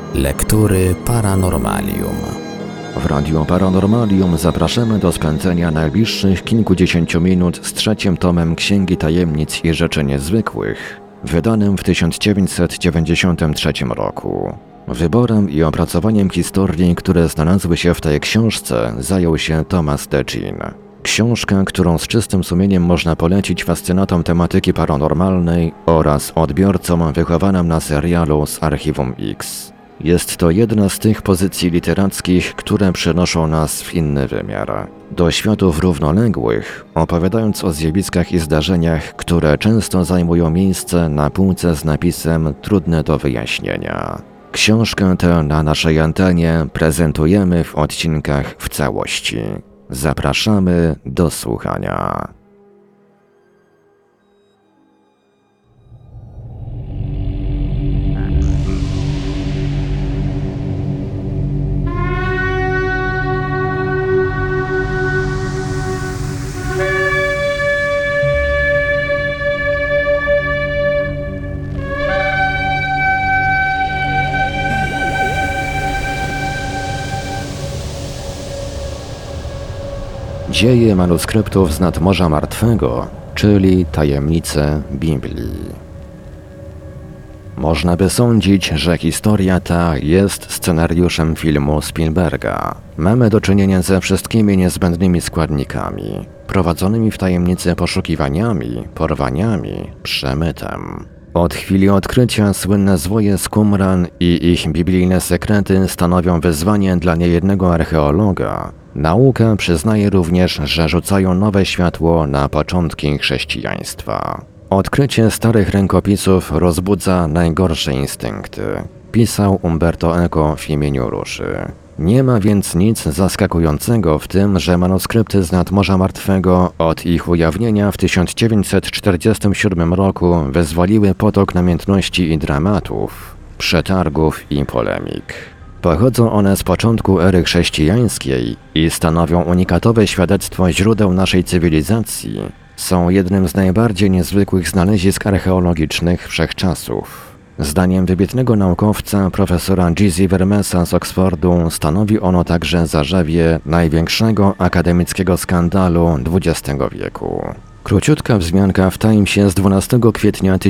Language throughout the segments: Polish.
Lektury Paranormalium. W Radiu Paranormalium zapraszamy do spędzenia najbliższych kilkudziesięciu minut z trzecim tomem Księgi Tajemnic i Rzeczy Niezwykłych, wydanym w 1993 roku. Wyborem i opracowaniem historii, które znalazły się w tej książce, zajął się Thomas Decin. Książka, którą z czystym sumieniem można polecić fascynatom tematyki paranormalnej oraz odbiorcom wychowanym na serialu z Archiwum X. Jest to jedna z tych pozycji literackich, które przenoszą nas w inny wymiar, do światów równoległych, opowiadając o zjawiskach i zdarzeniach, które często zajmują miejsce na półce z napisem trudne do wyjaśnienia. Książkę tę na naszej antenie prezentujemy w odcinkach w całości. Zapraszamy do słuchania. Dzieje manuskryptów z nadmorza martwego, czyli tajemnice Biblii. Można by sądzić, że historia ta jest scenariuszem filmu Spielberga. Mamy do czynienia ze wszystkimi niezbędnymi składnikami, prowadzonymi w tajemnicy poszukiwaniami, porwaniami, przemytem. Od chwili odkrycia słynne zwoje z Qumran i ich biblijne sekrety stanowią wyzwanie dla niejednego archeologa. Nauka przyznaje również, że rzucają nowe światło na początki chrześcijaństwa. Odkrycie starych rękopisów rozbudza najgorsze instynkty, pisał Umberto Eco w imieniu Ruszy. Nie ma więc nic zaskakującego w tym, że manuskrypty z nadmorza martwego od ich ujawnienia w 1947 roku wyzwoliły potok namiętności i dramatów, przetargów i polemik. Pochodzą one z początku ery chrześcijańskiej i stanowią unikatowe świadectwo źródeł naszej cywilizacji. Są jednym z najbardziej niezwykłych znalezisk archeologicznych wszechczasów. Zdaniem wybitnego naukowca profesora Gizzi Vermesa z Oxfordu stanowi ono także zarzewie największego akademickiego skandalu XX wieku. Króciutka wzmianka w Timesie z 12 kwietnia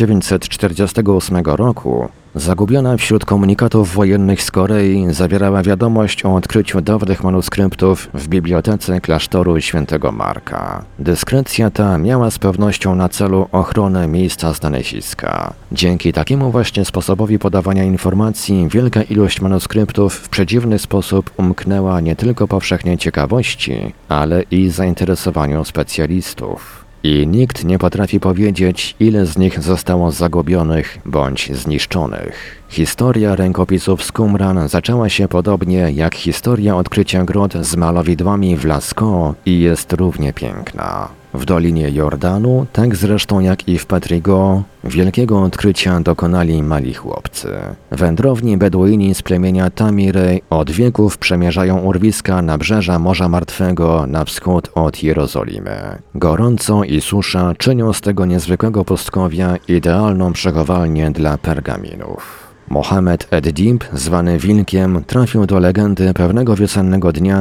1948 roku, zagubiona wśród komunikatów wojennych z Korei, zawierała wiadomość o odkryciu dawnych manuskryptów w bibliotece klasztoru świętego Marka. Dyskrecja ta miała z pewnością na celu ochronę miejsca znaleziska. Dzięki takiemu właśnie sposobowi podawania informacji wielka ilość manuskryptów w przedziwny sposób umknęła nie tylko powszechnej ciekawości, ale i zainteresowaniu specjalistów. I nikt nie potrafi powiedzieć, ile z nich zostało zagubionych bądź zniszczonych. Historia rękopisów z Qumran zaczęła się podobnie jak historia odkrycia grot z malowidłami w Lascaux i jest równie piękna. W Dolinie Jordanu, tak zresztą jak i w Petrigo, wielkiego odkrycia dokonali mali chłopcy. Wędrowni Beduini z plemienia Tamirej od wieków przemierzają urwiska nabrzeża Morza Martwego na wschód od Jerozolimy. Gorąco i susza czynią z tego niezwykłego pustkowia idealną przechowalnię dla pergaminów. Mohamed ed-Dib, zwany Wilkiem, trafił do legendy pewnego wiosennego dnia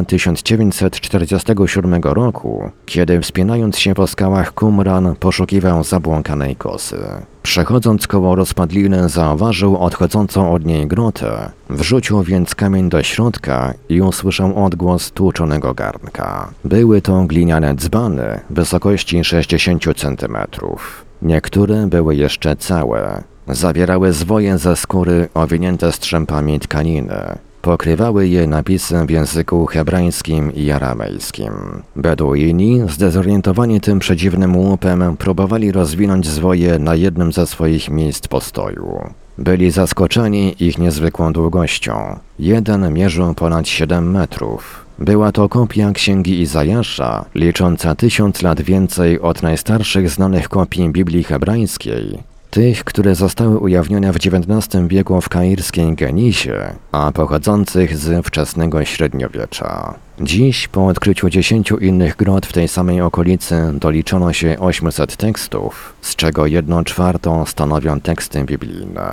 1947 roku, kiedy wspinając się po skałach Qumran poszukiwał zabłąkanej kosy. Przechodząc koło rozpadliny zauważył odchodzącą od niej grotę, wrzucił więc kamień do środka i usłyszał odgłos tłuczonego garnka. Były to gliniane dzbany wysokości 60 cm. Niektóre były jeszcze całe. Zawierały zwoje ze skóry owinięte strzępami tkaniny. Pokrywały je napisy w języku hebrajskim i aramejskim. Beduini, zdezorientowani tym przedziwnym łupem, próbowali rozwinąć zwoje na jednym ze swoich miejsc postoju. Byli zaskoczeni ich niezwykłą długością. Jeden mierzył ponad 7 metrów. Była to kopia Księgi Izajasza, licząca 1000 lat więcej od najstarszych znanych kopii Biblii hebrajskiej, tych, które zostały ujawnione w XIX wieku w kairskiej Genizie, a pochodzących z wczesnego średniowiecza. Dziś, po odkryciu 10 innych grot w tej samej okolicy, doliczono się 800 tekstów, z czego 1/4 stanowią teksty biblijne.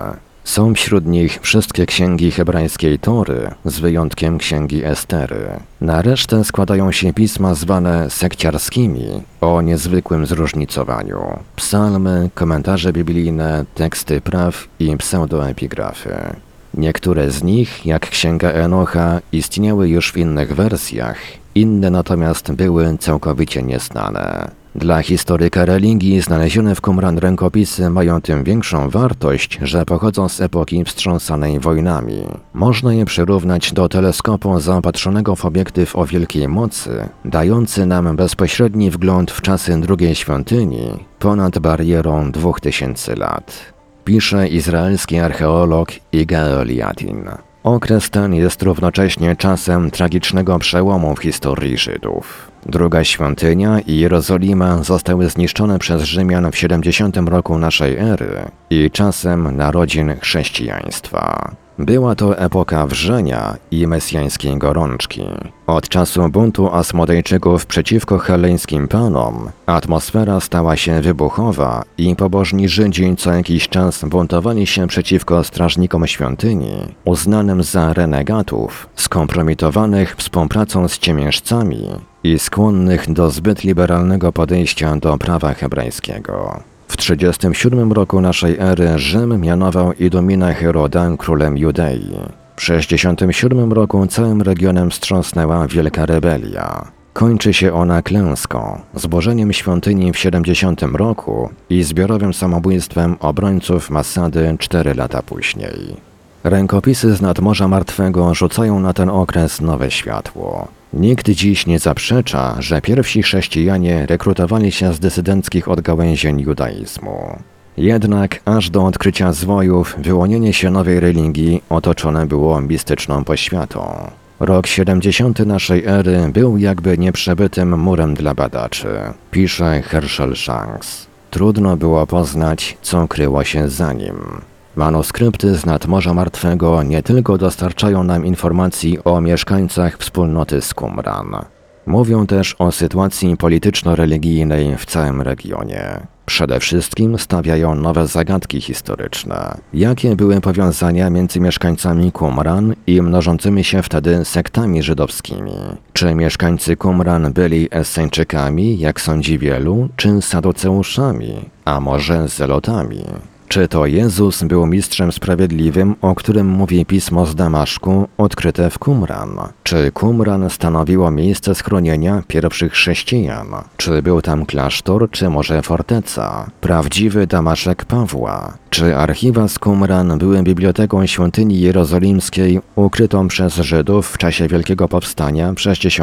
Są wśród nich wszystkie księgi hebrajskiej Tory, z wyjątkiem księgi Estery. Na resztę składają się pisma zwane sekciarskimi, o niezwykłym zróżnicowaniu. Psalmy, komentarze biblijne, teksty praw i pseudoepigrafy. Niektóre z nich, jak księga Enocha, istniały już w innych wersjach, inne natomiast były całkowicie nieznane. Dla historyka religii znalezione w Qumran rękopisy mają tym większą wartość, że pochodzą z epoki wstrząsanej wojnami. Można je przyrównać do teleskopu zaopatrzonego w obiektyw o wielkiej mocy, dający nam bezpośredni wgląd w czasy drugiej świątyni, ponad barierą 2000 lat. Pisze izraelski archeolog Yigael Yadin. Okres ten jest równocześnie czasem tragicznego przełomu w historii Żydów. Druga świątynia i Jerozolima zostały zniszczone przez Rzymian w 70 roku naszej ery i czasem narodzin chrześcijaństwa. Była to epoka wrzenia i mesjańskiej gorączki. Od czasu buntu Asmodejczyków przeciwko helleńskim panom atmosfera stała się wybuchowa i pobożni Żydzi co jakiś czas buntowali się przeciwko strażnikom świątyni, uznanym za renegatów, skompromitowanych współpracą z ciemiężcami i skłonnych do zbyt liberalnego podejścia do prawa hebrajskiego. W 37 roku naszej ery Rzym mianował Idumina Heroda królem Judei. W 67 roku całym regionem wstrząsnęła wielka rebelia. Kończy się ona klęską, zburzeniem świątyni w 70 roku i zbiorowym samobójstwem obrońców Massady 4 lata później. Rękopisy z nadmorza martwego rzucają na ten okres nowe światło. Nikt dziś nie zaprzecza, że pierwsi chrześcijanie rekrutowali się z dysydenckich odgałęzień judaizmu. Jednak aż do odkrycia zwojów wyłonienie się nowej religii otoczone było mistyczną poświatą. Rok 70 naszej ery był jakby nieprzebytym murem dla badaczy, pisze Herschel Shanks. Trudno było poznać, co kryło się za nim. Manuskrypty z nadmorza martwego nie tylko dostarczają nam informacji o mieszkańcach wspólnoty z Qumran. Mówią też o sytuacji polityczno-religijnej w całym regionie. Przede wszystkim stawiają nowe zagadki historyczne. Jakie były powiązania między mieszkańcami Qumran i mnożącymi się wtedy sektami żydowskimi? Czy mieszkańcy Qumran byli Esseńczykami, jak sądzi wielu, czy Saduceuszami, a może Zelotami? Czy to Jezus był mistrzem sprawiedliwym, o którym mówi pismo z Damaszku, odkryte w Qumran? Czy Qumran stanowiło miejsce schronienia pierwszych chrześcijan? Czy był tam klasztor, czy może forteca? Prawdziwy Damaszek Pawła? Czy archiwa z Qumran były biblioteką świątyni jerozolimskiej ukrytą przez Żydów w czasie Wielkiego Powstania w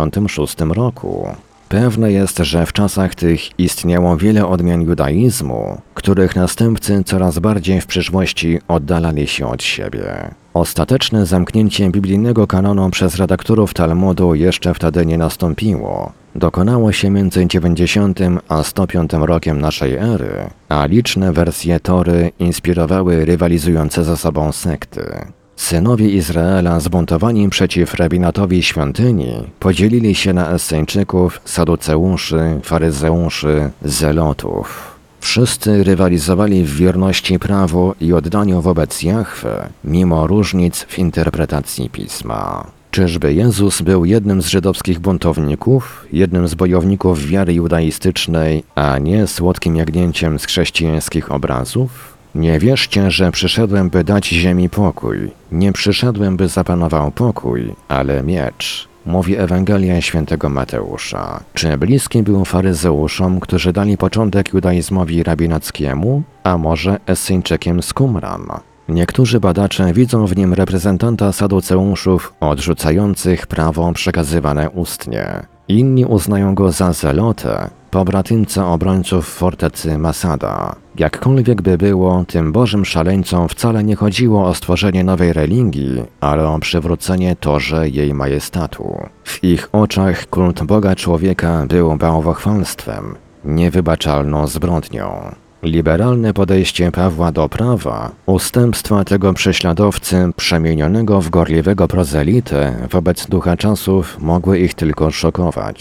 66 roku? Pewne jest, że w czasach tych istniało wiele odmian judaizmu, których następcy coraz bardziej w przyszłości oddalali się od siebie. Ostateczne zamknięcie biblijnego kanonu przez redaktorów Talmudu jeszcze wtedy nie nastąpiło. Dokonało się między 90 a 105 rokiem naszej ery, a liczne wersje Tory inspirowały rywalizujące ze sobą sekty. Synowie Izraela zbuntowani przeciw rabinatowi świątyni podzielili się na Esseńczyków, Saduceuszy, Faryzeuszy, Zelotów. Wszyscy rywalizowali w wierności prawu i oddaniu wobec Jahwe, mimo różnic w interpretacji Pisma. Czyżby Jezus był jednym z żydowskich buntowników, jednym z bojowników wiary judaistycznej, a nie słodkim jagnięciem z chrześcijańskich obrazów? Nie wierzcie, że przyszedłem, by dać ziemi pokój. Nie przyszedłem, by zapanował pokój, ale miecz. Mówi Ewangelia świętego Mateusza. Czy bliski był faryzeuszom, którzy dali początek judaizmowi rabinackiemu, a może Esseńczykiem z Qumran? Niektórzy badacze widzą w nim reprezentanta Saduceuszów odrzucających prawo przekazywane ustnie. Inni uznają go za zelotę, pobratymca obrońców fortecy Masada. Jakkolwiek by było, tym bożym szaleńcom wcale nie chodziło o stworzenie nowej religii, ale o przywrócenie torze jej majestatu. W ich oczach kult Boga człowieka był bałwochwalstwem, niewybaczalną zbrodnią. Liberalne podejście Pawła do prawa, ustępstwa tego prześladowcy przemienionego w gorliwego prozelitę wobec ducha czasów mogły ich tylko szokować.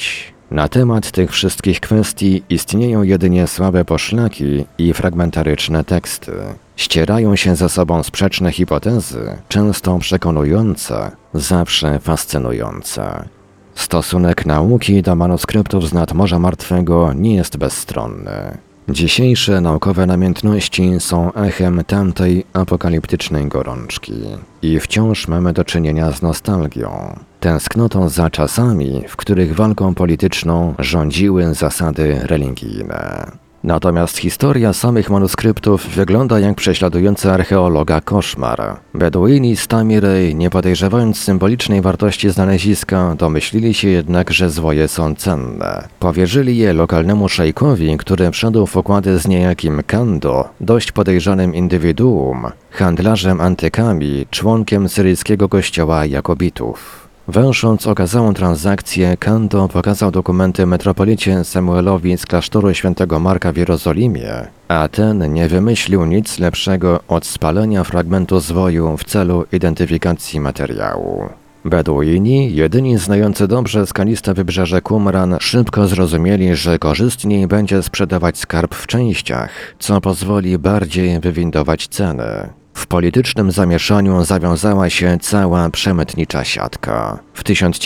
Na temat tych wszystkich kwestii istnieją jedynie słabe poszlaki i fragmentaryczne teksty. Ścierają się ze sobą sprzeczne hipotezy, często przekonujące, zawsze fascynujące. Stosunek nauki do manuskryptów z nad Morza Martwego nie jest bezstronny. Dzisiejsze naukowe namiętności są echem tamtej apokaliptycznej gorączki i wciąż mamy do czynienia z nostalgią, tęsknotą za czasami, w których walką polityczną rządziły zasady religijne. Natomiast historia samych manuskryptów wygląda jak prześladujący archeologa koszmar. Beduini z Tamirej, nie podejrzewając symbolicznej wartości znaleziska, domyślili się jednak, że zwoje są cenne. Powierzyli je lokalnemu szejkowi, który wszedł w układy z niejakim Kando, dość podejrzanym indywiduum, handlarzem antykami, członkiem syryjskiego kościoła Jakobitów. Węsząc okazałą transakcję, Kando pokazał dokumenty metropolicie Samuelowi z klasztoru świętego Marka w Jerozolimie, a ten nie wymyślił nic lepszego od spalenia fragmentu zwoju w celu identyfikacji materiału. Beduini, jedyni znający dobrze skaliste wybrzeże Qumran, szybko zrozumieli, że korzystniej będzie sprzedawać skarb w częściach, co pozwoli bardziej wywindować ceny. W politycznym zamieszaniu zawiązała się cała przemytnicza siatka. W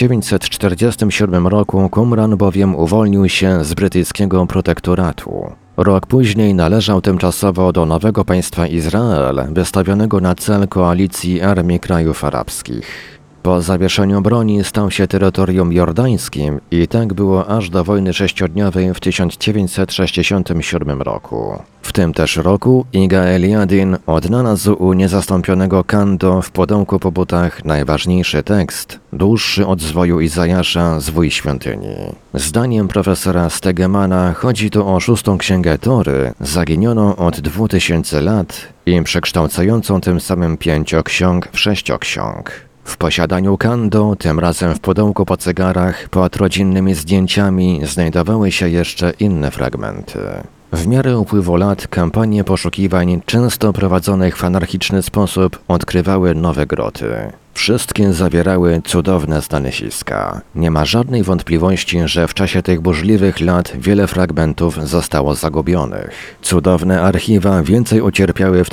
1947 roku Qumran bowiem uwolnił się z brytyjskiego protektoratu. Rok później należał tymczasowo do nowego państwa Izrael, wystawionego na cel koalicji armii krajów arabskich. Po zawieszeniu broni stał się terytorium jordańskim i tak było aż do wojny sześciodniowej w 1967 roku. W tym też roku Iga Eliadin odnalazł u niezastąpionego Kando w pudełku po butach najważniejszy tekst, dłuższy od zwoju Izajasza, zwój świątyni. Zdaniem profesora Stegemana chodzi tu o szóstą księgę Tory, zaginioną od 2000 lat i przekształcającą tym samym 5 ksiąg w 6 ksiąg. W posiadaniu Kando, tym razem w pudełku po cygarach, pod rodzinnymi zdjęciami znajdowały się jeszcze inne fragmenty. W miarę upływu lat kampanie poszukiwań, często prowadzonych w anarchiczny sposób, odkrywały nowe groty. Wszystkie zawierały cudowne znaleziska. Nie ma żadnej wątpliwości, że w czasie tych burzliwych lat wiele fragmentów zostało zagubionych. Cudowne archiwa więcej ucierpiały w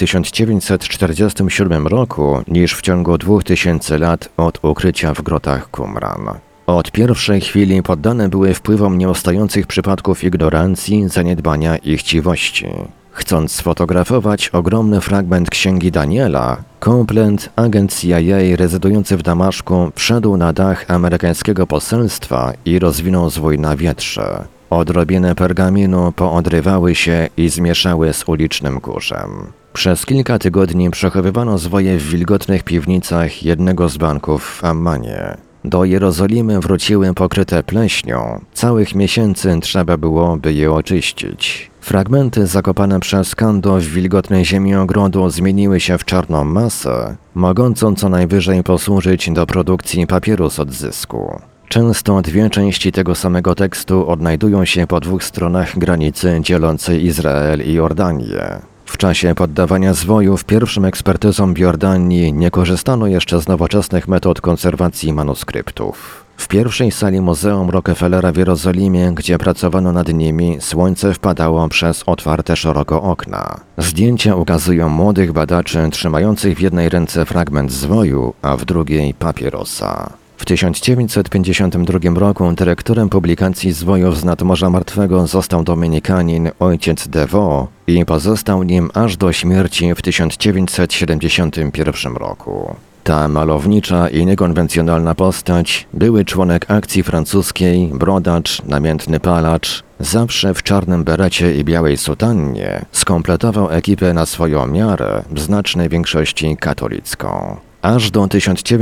1947 roku niż w ciągu 2000 lat od ukrycia w grotach Qumran. Od pierwszej chwili poddane były wpływom nieustających przypadków ignorancji, zaniedbania i chciwości. Chcąc sfotografować ogromny fragment Księgi Daniela, Copeland, agent CIA rezydujący w Damaszku, wszedł na dach amerykańskiego poselstwa i rozwinął zwój na wietrze. Odrobinę pergaminu poodrywały się i zmieszały z ulicznym kurzem. Przez kilka tygodni przechowywano zwoje w wilgotnych piwnicach jednego z banków w Ammanie. Do Jerozolimy wróciły pokryte pleśnią. Całych miesięcy trzeba było, by je oczyścić. Fragmenty zakopane przez Kando w wilgotnej ziemi ogrodu zmieniły się w czarną masę, mogącą co najwyżej posłużyć do produkcji papieru z odzysku. Często dwie części tego samego tekstu odnajdują się po dwóch stronach granicy dzielącej Izrael i Jordanię. W czasie poddawania zwojów pierwszym ekspertyzom w Jordanii nie korzystano jeszcze z nowoczesnych metod konserwacji manuskryptów. W pierwszej sali Muzeum Rockefellera w Jerozolimie, gdzie pracowano nad nimi, słońce wpadało przez otwarte szeroko okna. Zdjęcia ukazują młodych badaczy trzymających w jednej ręce fragment zwoju, a w drugiej papierosa. W 1952 roku dyrektorem publikacji zwojów z nad Morza Martwego został dominikanin ojciec Deveau i pozostał nim aż do śmierci w 1971 roku. Ta malownicza i niekonwencjonalna postać, były członek akcji francuskiej, brodacz, namiętny palacz, zawsze w czarnym berecie i białej sutannie, skompletował ekipę na swoją miarę, w znacznej większości katolicką. Aż do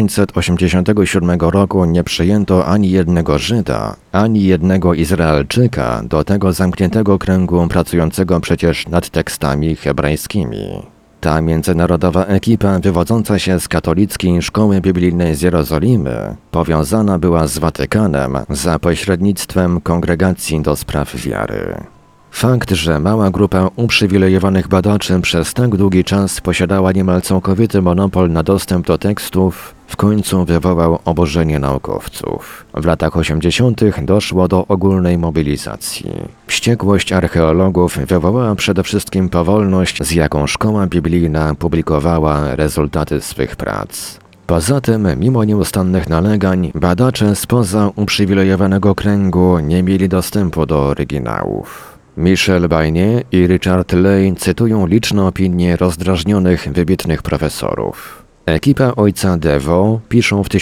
1987 roku nie przyjęto ani jednego Żyda, ani jednego Izraelczyka do tego zamkniętego kręgu pracującego przecież nad tekstami hebrajskimi. Ta międzynarodowa ekipa wywodząca się z katolickiej szkoły biblijnej z Jerozolimy powiązana była z Watykanem za pośrednictwem Kongregacji do Spraw Wiary. Fakt, że mała grupa uprzywilejowanych badaczy przez tak długi czas posiadała niemal całkowity monopol na dostęp do tekstów, w końcu wywołał oburzenie naukowców. W latach 80. doszło do ogólnej mobilizacji. Wściekłość archeologów wywołała przede wszystkim powolność, z jaką szkoła biblijna publikowała rezultaty swych prac. Poza tym, mimo nieustannych nalegań, badacze spoza uprzywilejowanego kręgu nie mieli dostępu do oryginałów. Michel Barnier i Richard Ley cytują liczne opinie rozdrażnionych, wybitnych profesorów. Ekipa ojca Devo, piszą w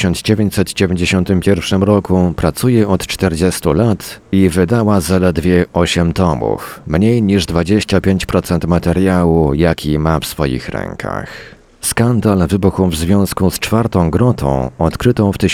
1991 roku, pracuje od 40 lat i wydała zaledwie 8 tomów, mniej niż 25% materiału, jaki ma w swoich rękach. Skandal wybuchł w związku z czwartą grotą, odkrytą w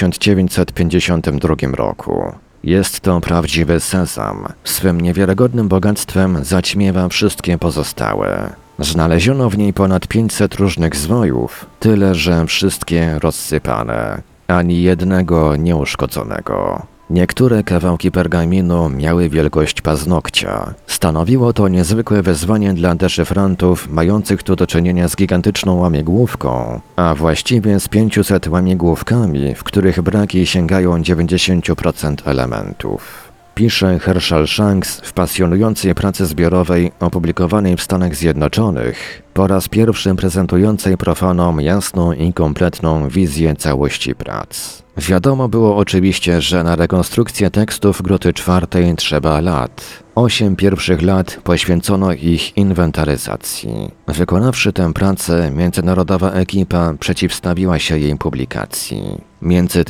1952 roku. Jest to prawdziwy sezam. Swym niewiarygodnym bogactwem zaćmiewa wszystkie pozostałe. Znaleziono w niej ponad 500 różnych zwojów, tyle że wszystkie rozsypane, ani jednego nieuszkodzonego. Niektóre kawałki pergaminu miały wielkość paznokcia. Stanowiło to niezwykłe wyzwanie dla deszyfrantów mających tu do czynienia z gigantyczną łamigłówką, a właściwie z 500 łamigłówkami, w których braki sięgają 90% elementów. Pisze Herschel Shanks w pasjonującej pracy zbiorowej opublikowanej w Stanach Zjednoczonych, po raz pierwszy prezentującej profanom jasną i kompletną wizję całości prac. Wiadomo było oczywiście, że na rekonstrukcję tekstów Groty czwartej trzeba lat. 8 pierwszych lat poświęcono ich inwentaryzacji. Wykonawszy tę pracę, międzynarodowa ekipa przeciwstawiła się jej publikacji. Między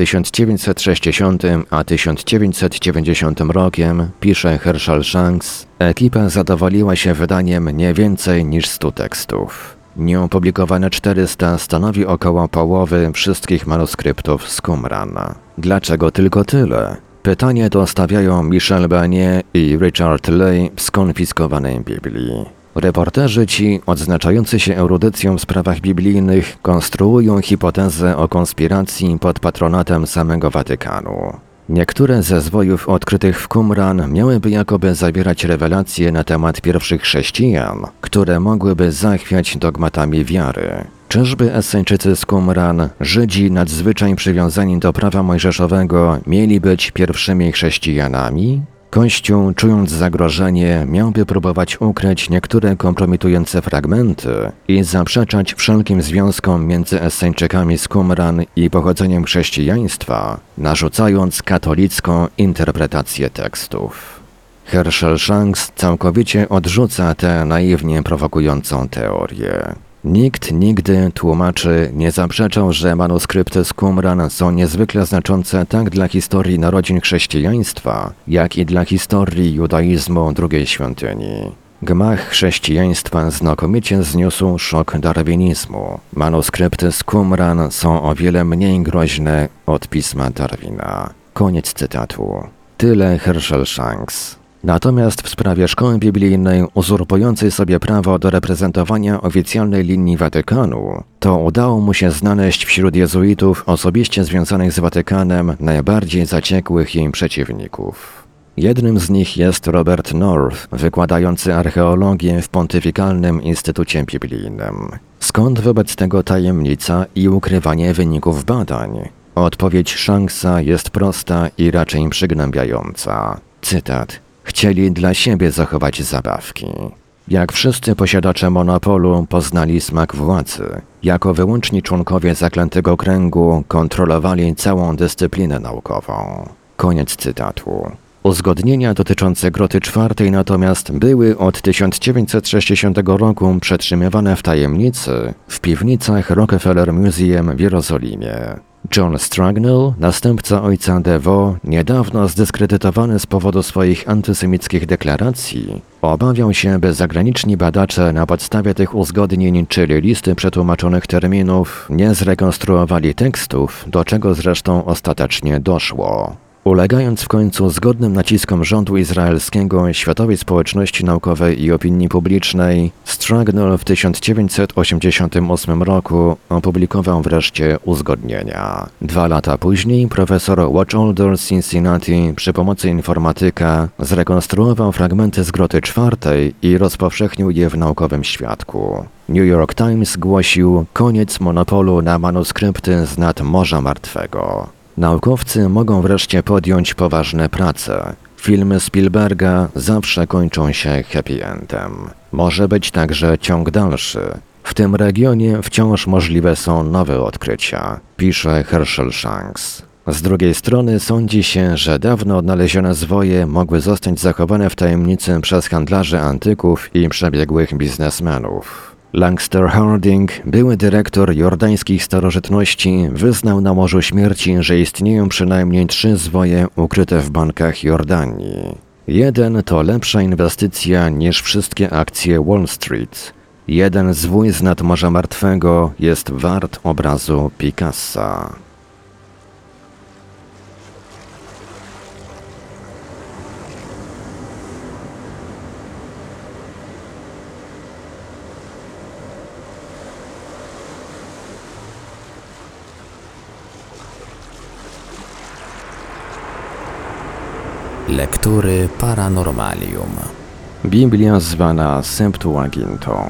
1960 a 1990 rokiem, pisze Herschel Shanks, ekipa zadowoliła się wydaniem nie więcej niż 100 tekstów. Nieopublikowane 400 stanowi około połowy wszystkich manuskryptów z Qumran. Dlaczego tylko tyle? Pytanie to stawiają Michel Barnier i Richard Ley w skonfiskowanej Biblii. Reporterzy ci, odznaczający się erudycją w sprawach biblijnych, konstruują hipotezę o konspiracji pod patronatem samego Watykanu. Niektóre ze zwojów odkrytych w Qumran miałyby jakoby zawierać rewelacje na temat pierwszych chrześcijan, które mogłyby zachwiać dogmatami wiary. Czyżby Esseńczycy z Qumran, Żydzi nadzwyczaj przywiązani do prawa mojżeszowego, mieli być pierwszymi chrześcijanami? Kościół, czując zagrożenie, miałby próbować ukryć niektóre kompromitujące fragmenty i zaprzeczać wszelkim związkom między Esseńczykami z Qumran i pochodzeniem chrześcijaństwa, narzucając katolicką interpretację tekstów. Herschel Shanks całkowicie odrzuca tę naiwnie prowokującą teorię. Nikt nigdy, tłumaczy, nie zaprzeczał, że manuskrypty z Qumran są niezwykle znaczące tak dla historii narodzin chrześcijaństwa, jak i dla historii judaizmu drugiej świątyni. Gmach chrześcijaństwa znakomicie zniósł szok darwinizmu. Manuskrypty z Qumran są o wiele mniej groźne od pisma Darwina. Koniec cytatu. Tyle Herschel Shanks. Natomiast w sprawie szkoły biblijnej uzurpującej sobie prawo do reprezentowania oficjalnej linii Watykanu, to udało mu się znaleźć wśród jezuitów osobiście związanych z Watykanem najbardziej zaciekłych jej przeciwników. Jednym z nich jest Robert North, wykładający archeologię w Pontyfikalnym Instytucie Biblijnym. Skąd wobec tego tajemnica i ukrywanie wyników badań? Odpowiedź Shanksa jest prosta i raczej przygnębiająca. Cytat. Chcieli dla siebie zachować zabawki. Jak wszyscy posiadacze monopolu poznali smak władzy, jako wyłączni członkowie zaklętego kręgu kontrolowali całą dyscyplinę naukową. Koniec cytatu. Uzgodnienia dotyczące Groty czwartej natomiast były od 1960 roku przetrzymywane w tajemnicy w piwnicach Rockefeller Museum w Jerozolimie. John Strugnell, następca ojca Devo, niedawno zdyskredytowany z powodu swoich antysemickich deklaracji, obawiał się, by zagraniczni badacze na podstawie tych uzgodnień, czyli listy przetłumaczonych terminów, nie zrekonstruowali tekstów, do czego zresztą ostatecznie doszło. Ulegając w końcu zgodnym naciskom rządu izraelskiego, światowej społeczności naukowej i opinii publicznej, Strugnall w 1988 roku opublikował wreszcie uzgodnienia. 2 lata później profesor Watcholder z Cincinnati przy pomocy informatyka zrekonstruował fragmenty z Groty Czwartej i rozpowszechnił je w naukowym świadku. New York Times głosił: koniec monopolu na manuskrypty z nad Morza Martwego. Naukowcy mogą wreszcie podjąć poważne prace. Filmy Spielberga zawsze kończą się happy endem. Może być także ciąg dalszy. W tym regionie wciąż możliwe są nowe odkrycia, pisze Herschel Shanks. Z drugiej strony sądzi się, że dawno odnalezione zwoje mogły zostać zachowane w tajemnicy przez handlarzy antyków i przebiegłych biznesmenów. Langster Harding, były dyrektor jordańskich starożytności, wyznał na Morzu Śmierci, że istnieją przynajmniej 3 zwoje ukryte w bankach Jordanii. Jeden to lepsza inwestycja niż wszystkie akcje Wall Street. Jeden zwój z nad Morza Martwego jest wart obrazu Picassa. Lektury Paranormalium. Biblia zwana Septuagintą.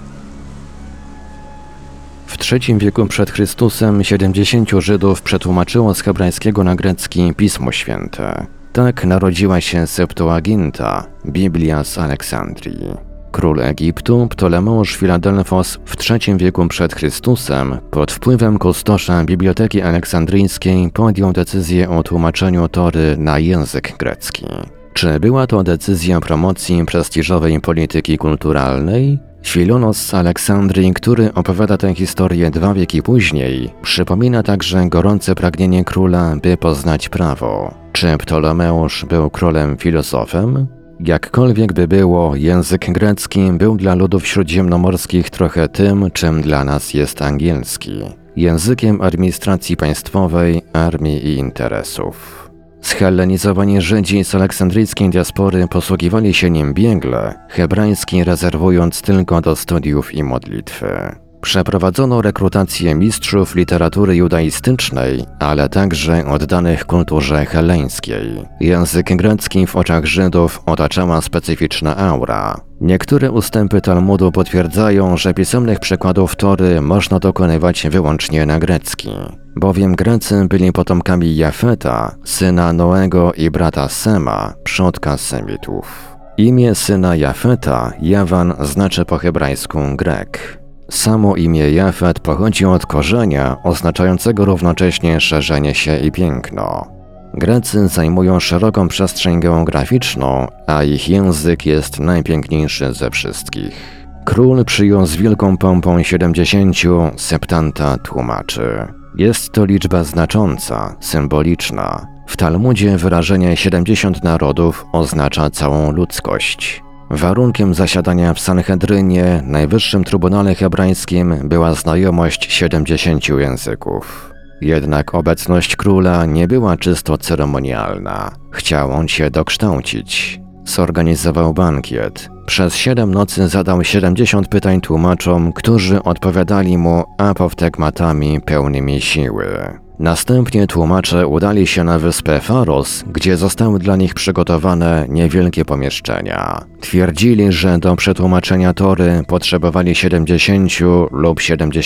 W III wieku przed Chrystusem 70 Żydów przetłumaczyło z hebrajskiego na grecki Pismo Święte. Tak narodziła się Septuaginta, Biblia z Aleksandrii. Król Egiptu Ptolemeusz Filadelfos w III wieku przed Chrystusem pod wpływem kustosza Biblioteki Aleksandryjskiej podjął decyzję o tłumaczeniu Tory na język grecki. Czy była to decyzja promocji prestiżowej polityki kulturalnej? Filonos z Aleksandrii, który opowiada tę historię 2 wieki później, przypomina także gorące pragnienie króla, by poznać prawo. Czy Ptolemeusz był królem filozofem? Jakkolwiek by było, język grecki był dla ludów śródziemnomorskich trochę tym, czym dla nas jest angielski. Językiem administracji państwowej, armii i interesów. Zhellenizowani Żydzi z aleksandryjskiej diaspory posługiwali się nim biegle, hebrajski rezerwując tylko do studiów i modlitwy. Przeprowadzono rekrutację mistrzów literatury judaistycznej, ale także oddanych kulturze heleńskiej. Język grecki w oczach Żydów otaczała specyficzna aura. Niektóre ustępy Talmudu potwierdzają, że pisemnych przekładów Tory można dokonywać wyłącznie na grecki, bowiem Grecy byli potomkami Jafeta, syna Noego i brata Sema, przodka Semitów. Imię syna Jafeta, Jawan, znaczy po hebrajsku Grek. Samo imię Jafet pochodzi od korzenia oznaczającego równocześnie szerzenie się i piękno. Grecy zajmują szeroką przestrzeń geograficzną, a ich język jest najpiękniejszy ze wszystkich. Król przyjął z wielką pompą 70 septanta tłumaczy. Jest to liczba znacząca, symboliczna. W Talmudzie wyrażenie 70 narodów oznacza całą ludzkość. Warunkiem zasiadania w Sanhedrynie, najwyższym trybunale hebrajskim, była znajomość 70 języków. Jednak obecność króla nie była czysto ceremonialna. Chciał on się dokształcić. Zorganizował bankiet. Przez 7 nocy zadał 70 pytań tłumaczom, którzy odpowiadali mu apoftegmatami pełnymi siły. Następnie tłumacze udali się na wyspę Faros, gdzie zostały dla nich przygotowane niewielkie pomieszczenia. Twierdzili, że do przetłumaczenia Tory potrzebowali 70 lub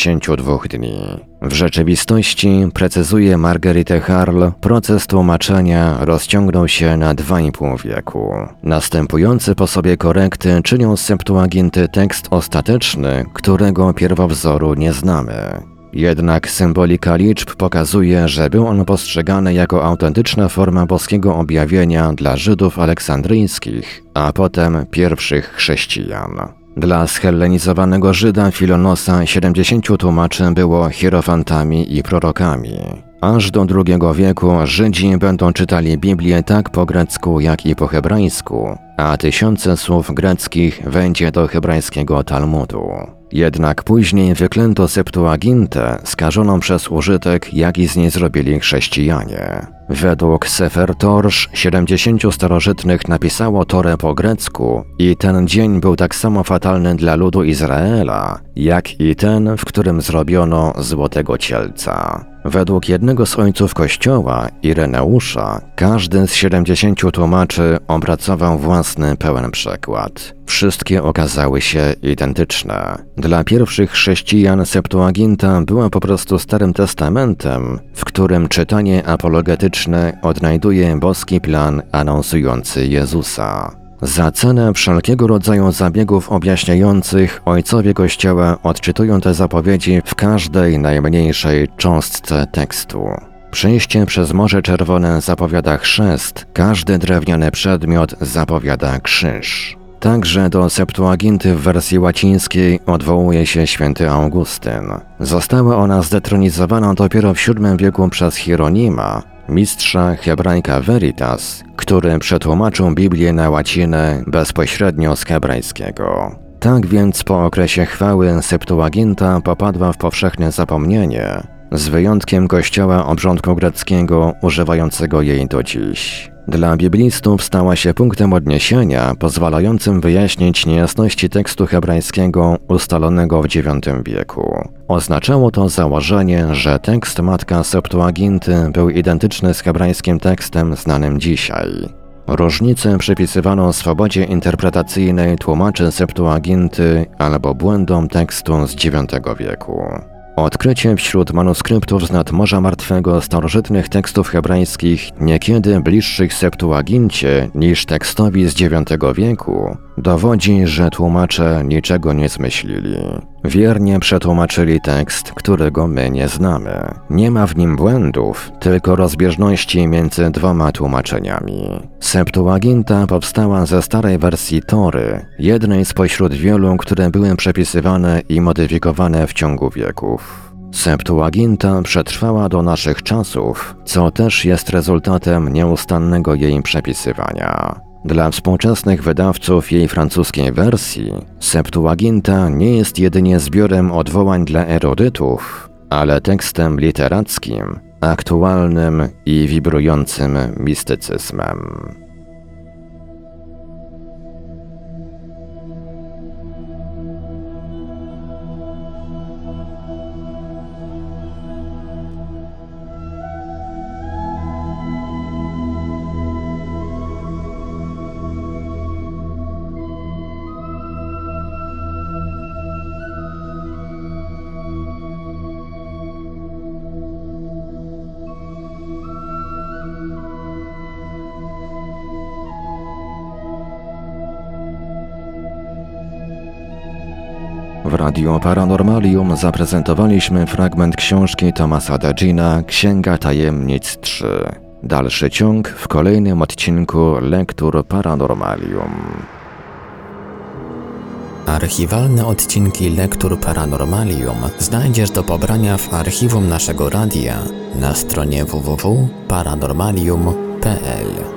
72 dni. W rzeczywistości, precyzuje Marguerite Harl, proces tłumaczenia rozciągnął się na 2,5 wieku. Następujące po sobie korekty czynią z Septuaginty tekst ostateczny, którego pierwowzoru nie znamy. Jednak symbolika liczb pokazuje, że był on postrzegany jako autentyczna forma boskiego objawienia dla Żydów aleksandryjskich, a potem pierwszych chrześcijan. Dla zhellenizowanego Żyda Filonosa 70 tłumaczy było hierofantami i prorokami. Aż do II wieku Żydzi będą czytali Biblię tak po grecku, jak i po hebrajsku, a tysiące słów greckich wejdzie do hebrajskiego Talmudu. Jednak później wyklęto Septuagintę, skażoną przez użytek, jaki z niej zrobili chrześcijanie. Według Sefer Torsz 70 starożytnych napisało Torę po grecku i ten dzień był tak samo fatalny dla ludu Izraela, jak i ten, w którym zrobiono złotego cielca. Według jednego z ojców Kościoła, Ireneusza, każdy z 70 tłumaczy opracował własny pełen przekład. Wszystkie okazały się identyczne. Dla pierwszych chrześcijan Septuaginta była po prostu Starym Testamentem, w którym czytanie apologetyczne odnajduje boski plan anonsujący Jezusa. Za cenę wszelkiego rodzaju zabiegów objaśniających ojcowie Kościoła odczytują te zapowiedzi w każdej najmniejszej cząstce tekstu. Przejście przez Morze Czerwone zapowiada chrzest, każdy drewniany przedmiot zapowiada krzyż. Także do Septuaginty w wersji łacińskiej odwołuje się święty Augustyn. Została ona zdetronizowana dopiero w VII wieku przez Hieronima, mistrza hebrajka Veritas, który przetłumaczył Biblię na łacinę bezpośrednio z hebrajskiego. Tak więc po okresie chwały Septuaginta popadła w powszechne zapomnienie, z wyjątkiem kościoła obrządku greckiego używającego jej do dziś. Dla biblistów stała się punktem odniesienia pozwalającym wyjaśnić niejasności tekstu hebrajskiego ustalonego w IX wieku. Oznaczało to założenie, że tekst matka Septuaginty był identyczny z hebrajskim tekstem znanym dzisiaj. Różnicę przypisywano swobodzie interpretacyjnej tłumaczy Septuaginty albo błędom tekstu z IX wieku. Odkrycie wśród manuskryptów z nad Morza Martwego starożytnych tekstów hebrajskich, niekiedy bliższych Septuagincie niż tekstowi z IX wieku, dowodzi, że tłumacze niczego nie zmyślili. Wiernie przetłumaczyli tekst, którego my nie znamy. Nie ma w nim błędów, tylko rozbieżności między dwoma tłumaczeniami. Septuaginta powstała ze starej wersji Tory, jednej spośród wielu, które były przepisywane i modyfikowane w ciągu wieków. Septuaginta przetrwała do naszych czasów, co też jest rezultatem nieustannego jej przepisywania. Dla współczesnych wydawców jej francuskiej wersji Septuaginta nie jest jedynie zbiorem odwołań dla erudytów, ale tekstem literackim, aktualnym i wibrującym mistycyzmem. W Radiu Paranormalium zaprezentowaliśmy fragment książki Thomasa Degina Księga Tajemnic 3. Dalszy ciąg w kolejnym odcinku Lektur Paranormalium. Archiwalne odcinki Lektur Paranormalium znajdziesz do pobrania w archiwum naszego radia na stronie www.paranormalium.pl.